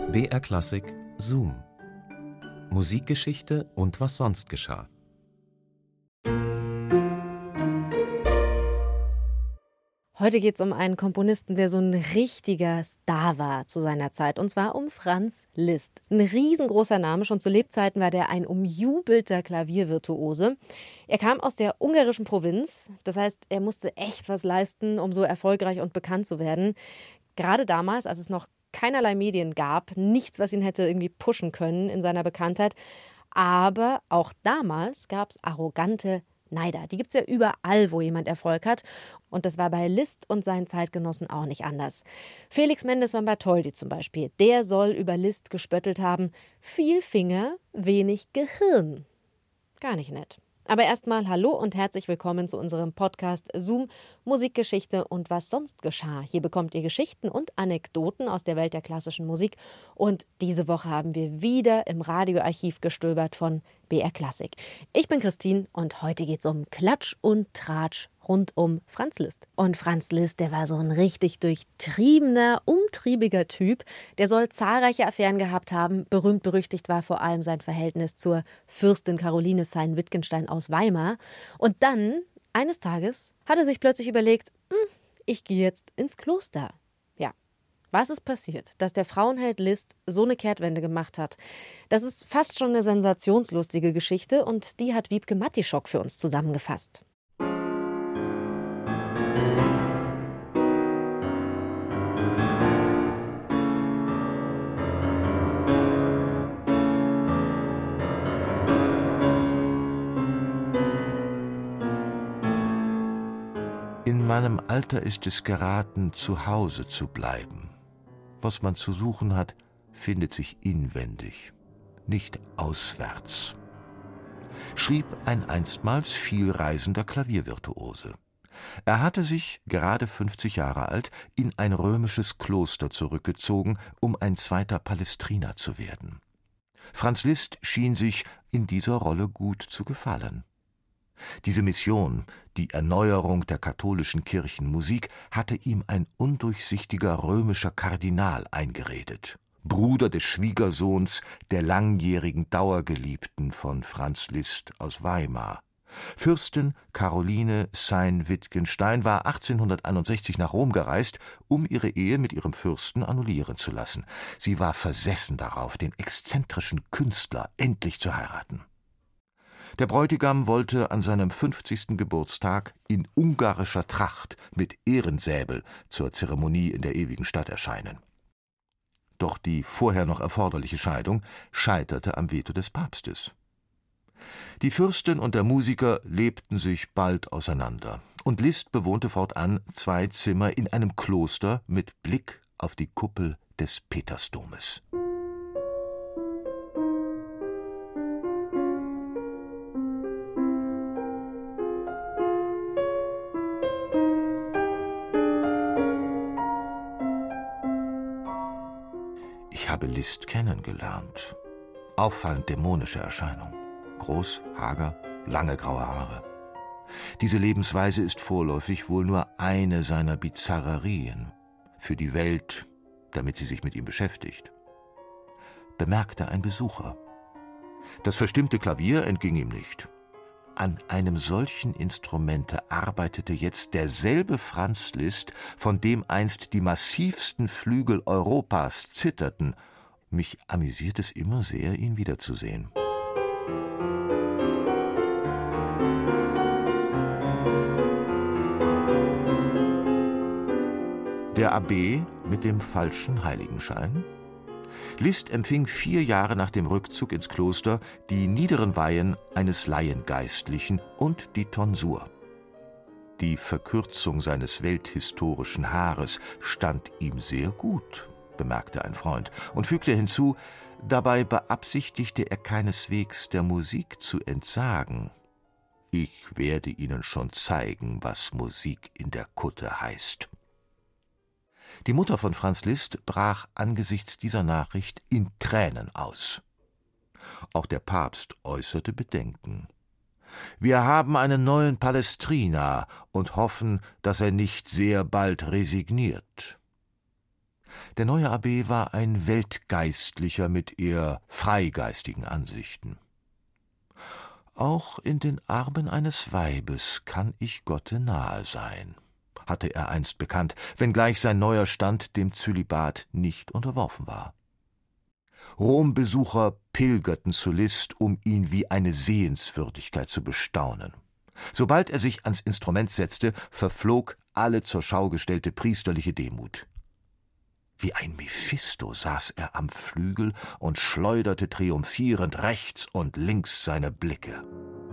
BR Klassik Zoom. Musikgeschichte und was sonst geschah. Heute geht es um einen Komponisten, der so ein richtiger Star war zu seiner Zeit, und zwar um Franz Liszt. Ein riesengroßer Name, schon zu Lebzeiten war der ein umjubelter Klaviervirtuose. Er kam aus der ungarischen Provinz, das heißt, er musste echt was leisten, um so erfolgreich und bekannt zu werden. Gerade damals, als es noch keinerlei Medien gab, nichts, was ihn hätte irgendwie pushen können in seiner Bekanntheit. Aber auch damals gab es arrogante Neider. Die gibt es ja überall, wo jemand Erfolg hat. Und das war bei Liszt und seinen Zeitgenossen auch nicht anders. Felix Mendes von Bartholdy zum Beispiel, der soll über Liszt gespöttelt haben: viel Finger, wenig Gehirn. Gar nicht nett. Aber erstmal hallo und herzlich willkommen zu unserem Podcast Zoom, Musikgeschichte und was sonst geschah. Hier bekommt ihr Geschichten und Anekdoten aus der Welt der klassischen Musik. Und diese Woche haben wir wieder im Radioarchiv gestöbert von BR Klassik. Ich bin Christine und heute geht es um Klatsch und Tratsch rund um Franz Liszt. Und Franz Liszt, der war so ein richtig durchtriebener, umtriebiger Typ. Der soll zahlreiche Affären gehabt haben. Berühmt-berüchtigt war vor allem sein Verhältnis zur Fürstin Caroline Sayn-Wittgenstein aus Weimar. Und dann, eines Tages, hat er sich plötzlich überlegt, ich gehe jetzt ins Kloster. Ja, was ist passiert, dass der Frauenheld Liszt so eine Kehrtwende gemacht hat? Das ist fast schon eine sensationslustige Geschichte und die hat Wiebke Matischock für uns zusammengefasst. In meinem Alter ist es geraten, zu Hause zu bleiben. Was man zu suchen hat, findet sich inwendig, nicht auswärts, schrieb ein einstmals vielreisender Klaviervirtuose. Er hatte sich, gerade 50 Jahre alt, in ein römisches Kloster zurückgezogen, um ein zweiter Palestriner zu werden. Franz Liszt schien sich in dieser Rolle gut zu gefallen. Diese Mission, die Erneuerung der katholischen Kirchenmusik, hatte ihm ein undurchsichtiger römischer Kardinal eingeredet, Bruder des Schwiegersohns der langjährigen Dauergeliebten von Franz Liszt aus Weimar. Fürstin Caroline Sayn-Wittgenstein war 1861 nach Rom gereist, um ihre Ehe mit ihrem Fürsten annullieren zu lassen. Sie war versessen darauf, den exzentrischen Künstler endlich zu heiraten. Der Bräutigam wollte an seinem 50. Geburtstag in ungarischer Tracht mit Ehrensäbel zur Zeremonie in der ewigen Stadt erscheinen. Doch die vorher noch erforderliche Scheidung scheiterte am Veto des Papstes. Die Fürstin und der Musiker lebten sich bald auseinander, und Liszt bewohnte fortan 2 Zimmer in einem Kloster mit Blick auf die Kuppel des Petersdomes. Ich habe Liszt kennengelernt. Auffallend dämonische Erscheinung. Groß, hager, lange graue Haare. Diese Lebensweise ist vorläufig wohl nur eine seiner Bizarrerien. Für die Welt, damit sie sich mit ihm beschäftigt. Bemerkte ein Besucher. Das verstimmte Klavier entging ihm nicht. An einem solchen Instrumente arbeitete jetzt derselbe Franz Liszt, von dem einst die massivsten Flügel Europas zitterten. Mich amüsiert es immer sehr, ihn wiederzusehen. Der Abbé mit dem falschen Heiligenschein? Liszt empfing 4 Jahre nach dem Rückzug ins Kloster die niederen Weihen eines Laiengeistlichen und die Tonsur. Die Verkürzung seines welthistorischen Haares stand ihm sehr gut, bemerkte ein Freund, und fügte hinzu, dabei beabsichtigte er keineswegs der Musik zu entsagen. Ich werde Ihnen schon zeigen, was Musik in der Kutte heißt. Die Mutter von Franz Liszt brach angesichts dieser Nachricht in Tränen aus. Auch der Papst äußerte Bedenken. Wir haben einen neuen Palestriner und hoffen, dass er nicht sehr bald resigniert. Der neue Abbé war ein Weltgeistlicher mit eher freigeistigen Ansichten. »Auch in den Armen eines Weibes kann ich Gotte nahe sein«, hatte er einst bekannt, wenngleich sein neuer Stand dem Zölibat nicht unterworfen war. Rombesucher pilgerten zu Liszt, um ihn wie eine Sehenswürdigkeit zu bestaunen. Sobald er sich ans Instrument setzte, verflog alle zur Schau gestellte priesterliche Demut. Wie ein Mephisto saß er am Flügel und schleuderte triumphierend rechts und links seine Blicke.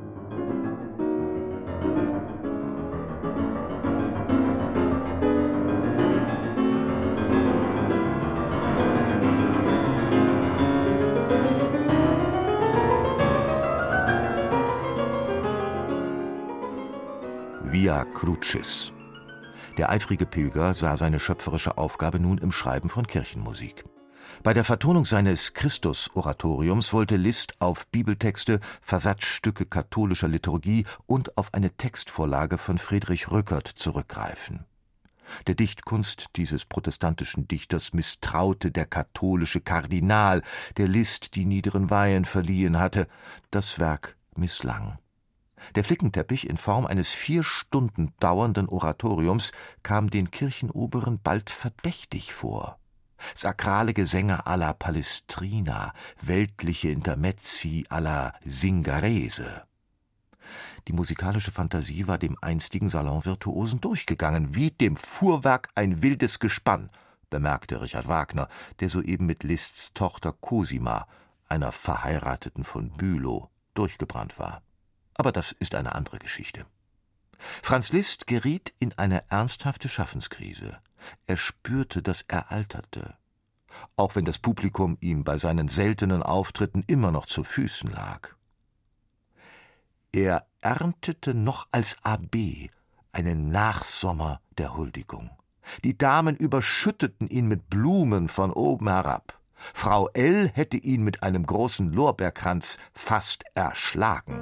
Via Crucis. Der eifrige Pilger sah seine schöpferische Aufgabe nun im Schreiben von Kirchenmusik. Bei der Vertonung seines Christus-Oratoriums wollte Liszt auf Bibeltexte, Versatzstücke katholischer Liturgie und auf eine Textvorlage von Friedrich Rückert zurückgreifen. Der Dichtkunst dieses protestantischen Dichters misstraute der katholische Kardinal, der Liszt die niederen Weihen verliehen hatte. Das Werk misslang. Der Flickenteppich in Form eines 4 Stunden dauernden Oratoriums kam den Kirchenoberen bald verdächtig vor. Sakrale Gesänge alla Palestrina, weltliche Intermezzi alla Zingarese. Die musikalische Fantasie war dem einstigen Salonvirtuosen durchgegangen, wie dem Fuhrwerk ein wildes Gespann, bemerkte Richard Wagner, der soeben mit Liszts Tochter Cosima, einer Verheirateten von Bülow, durchgebrannt war. Aber das ist eine andere Geschichte. Franz Liszt geriet in eine ernsthafte Schaffenskrise. Er spürte, dass er alterte, auch wenn das Publikum ihm bei seinen seltenen Auftritten immer noch zu Füßen lag. Er erntete noch als Abbé einen Nachsommer der Huldigung. Die Damen überschütteten ihn mit Blumen von oben herab. Frau L. hätte ihn mit einem großen Lorbeerkranz fast erschlagen.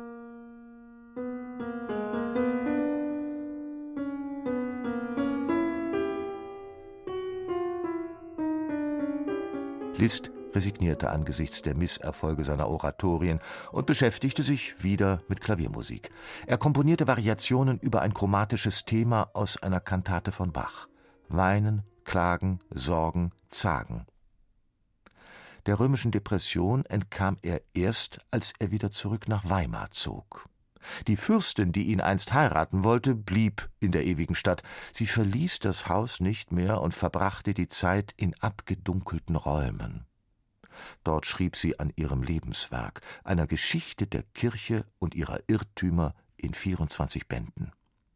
Liszt resignierte angesichts der Misserfolge seiner Oratorien und beschäftigte sich wieder mit Klaviermusik. Er komponierte Variationen über ein chromatisches Thema aus einer Kantate von Bach: Weinen, Klagen, Sorgen, Zagen. Der römischen Depression entkam er erst, als er wieder zurück nach Weimar zog. Die Fürstin, die ihn einst heiraten wollte, blieb in der ewigen Stadt. Sie verließ das Haus nicht mehr und verbrachte die Zeit in abgedunkelten Räumen. Dort schrieb sie an ihrem Lebenswerk, einer Geschichte der Kirche und ihrer Irrtümer in 24 Bänden.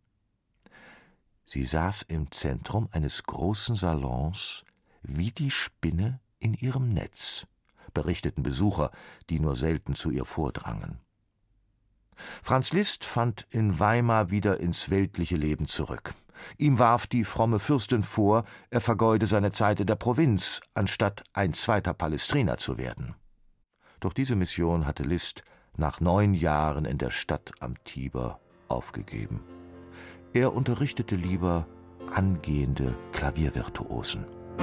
Sie saß im Zentrum eines großen Salons wie die Spinne in ihrem Netz, berichteten Besucher, die nur selten zu ihr vordrangen. Franz Liszt fand in Weimar wieder ins weltliche Leben zurück. Ihm warf die fromme Fürstin vor, er vergeude seine Zeit in der Provinz, anstatt ein zweiter Palestriner zu werden. Doch diese Mission hatte Liszt nach 9 Jahren in der Stadt am Tiber aufgegeben. Er unterrichtete lieber angehende Klaviervirtuosen.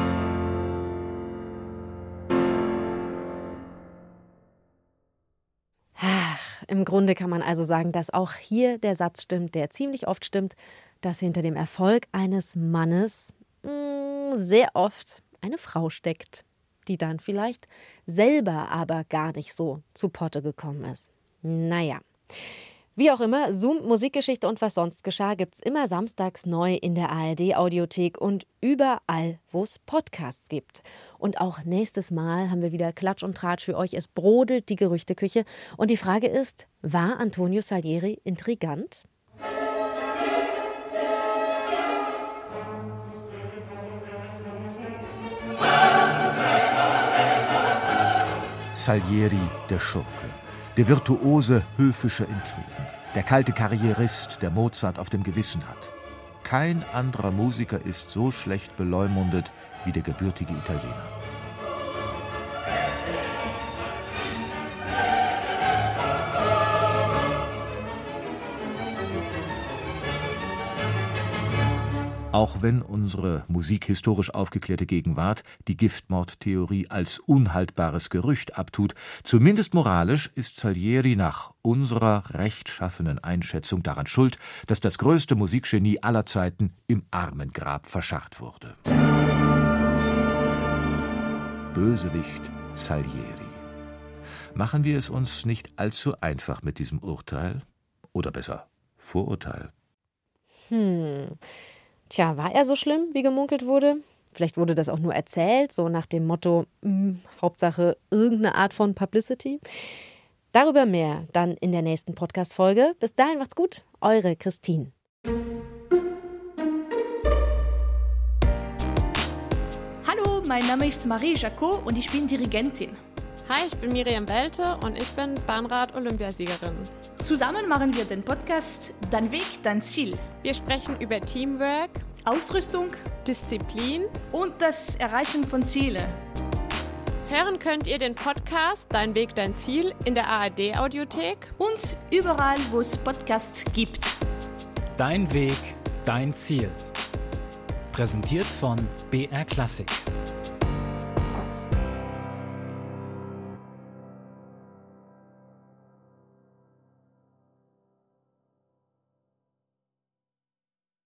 Im Grunde kann man also sagen, dass auch hier der Satz stimmt, der ziemlich oft stimmt, dass hinter dem Erfolg eines Mannes sehr oft eine Frau steckt, die dann vielleicht selber aber gar nicht so zu Potte gekommen ist. Naja. Wie auch immer, Zoom, Musikgeschichte und was sonst geschah, gibt's immer samstags neu in der ARD-Audiothek und überall, wo es Podcasts gibt. Und auch nächstes Mal haben wir wieder Klatsch und Tratsch für euch. Es brodelt die Gerüchteküche. Und die Frage ist, war Antonio Salieri intrigant? Salieri, der Schurke. Der virtuose höfischer Intrigen, der kalte Karrierist, der Mozart auf dem Gewissen hat. Kein anderer Musiker ist so schlecht beleumundet wie der gebürtige Italiener. Auch wenn unsere musikhistorisch aufgeklärte Gegenwart die Giftmordtheorie als unhaltbares Gerücht abtut, zumindest moralisch ist Salieri nach unserer rechtschaffenen Einschätzung daran schuld, dass das größte Musikgenie aller Zeiten im Armengrab verscharrt wurde. Bösewicht Salieri. Machen wir es uns nicht allzu einfach mit diesem Urteil? Oder besser, Vorurteil? Tja, war er so schlimm, wie gemunkelt wurde? Vielleicht wurde das auch nur erzählt, so nach dem Motto, Hauptsache irgendeine Art von Publicity. Darüber mehr dann in der nächsten Podcast-Folge. Bis dahin macht's gut, eure Christine. Hallo, mein Name ist Marie Jacot und ich bin Dirigentin. Hi, ich bin Miriam Belte und ich bin Bahnrad-Olympiasiegerin. Zusammen machen wir den Podcast Dein Weg, dein Ziel. Wir sprechen über Teamwork, Ausrüstung, Disziplin und das Erreichen von Zielen. Hören könnt ihr den Podcast Dein Weg, dein Ziel in der ARD-Audiothek Und überall, wo es Podcasts gibt. Dein Weg, dein Ziel. Präsentiert von BR Klassik.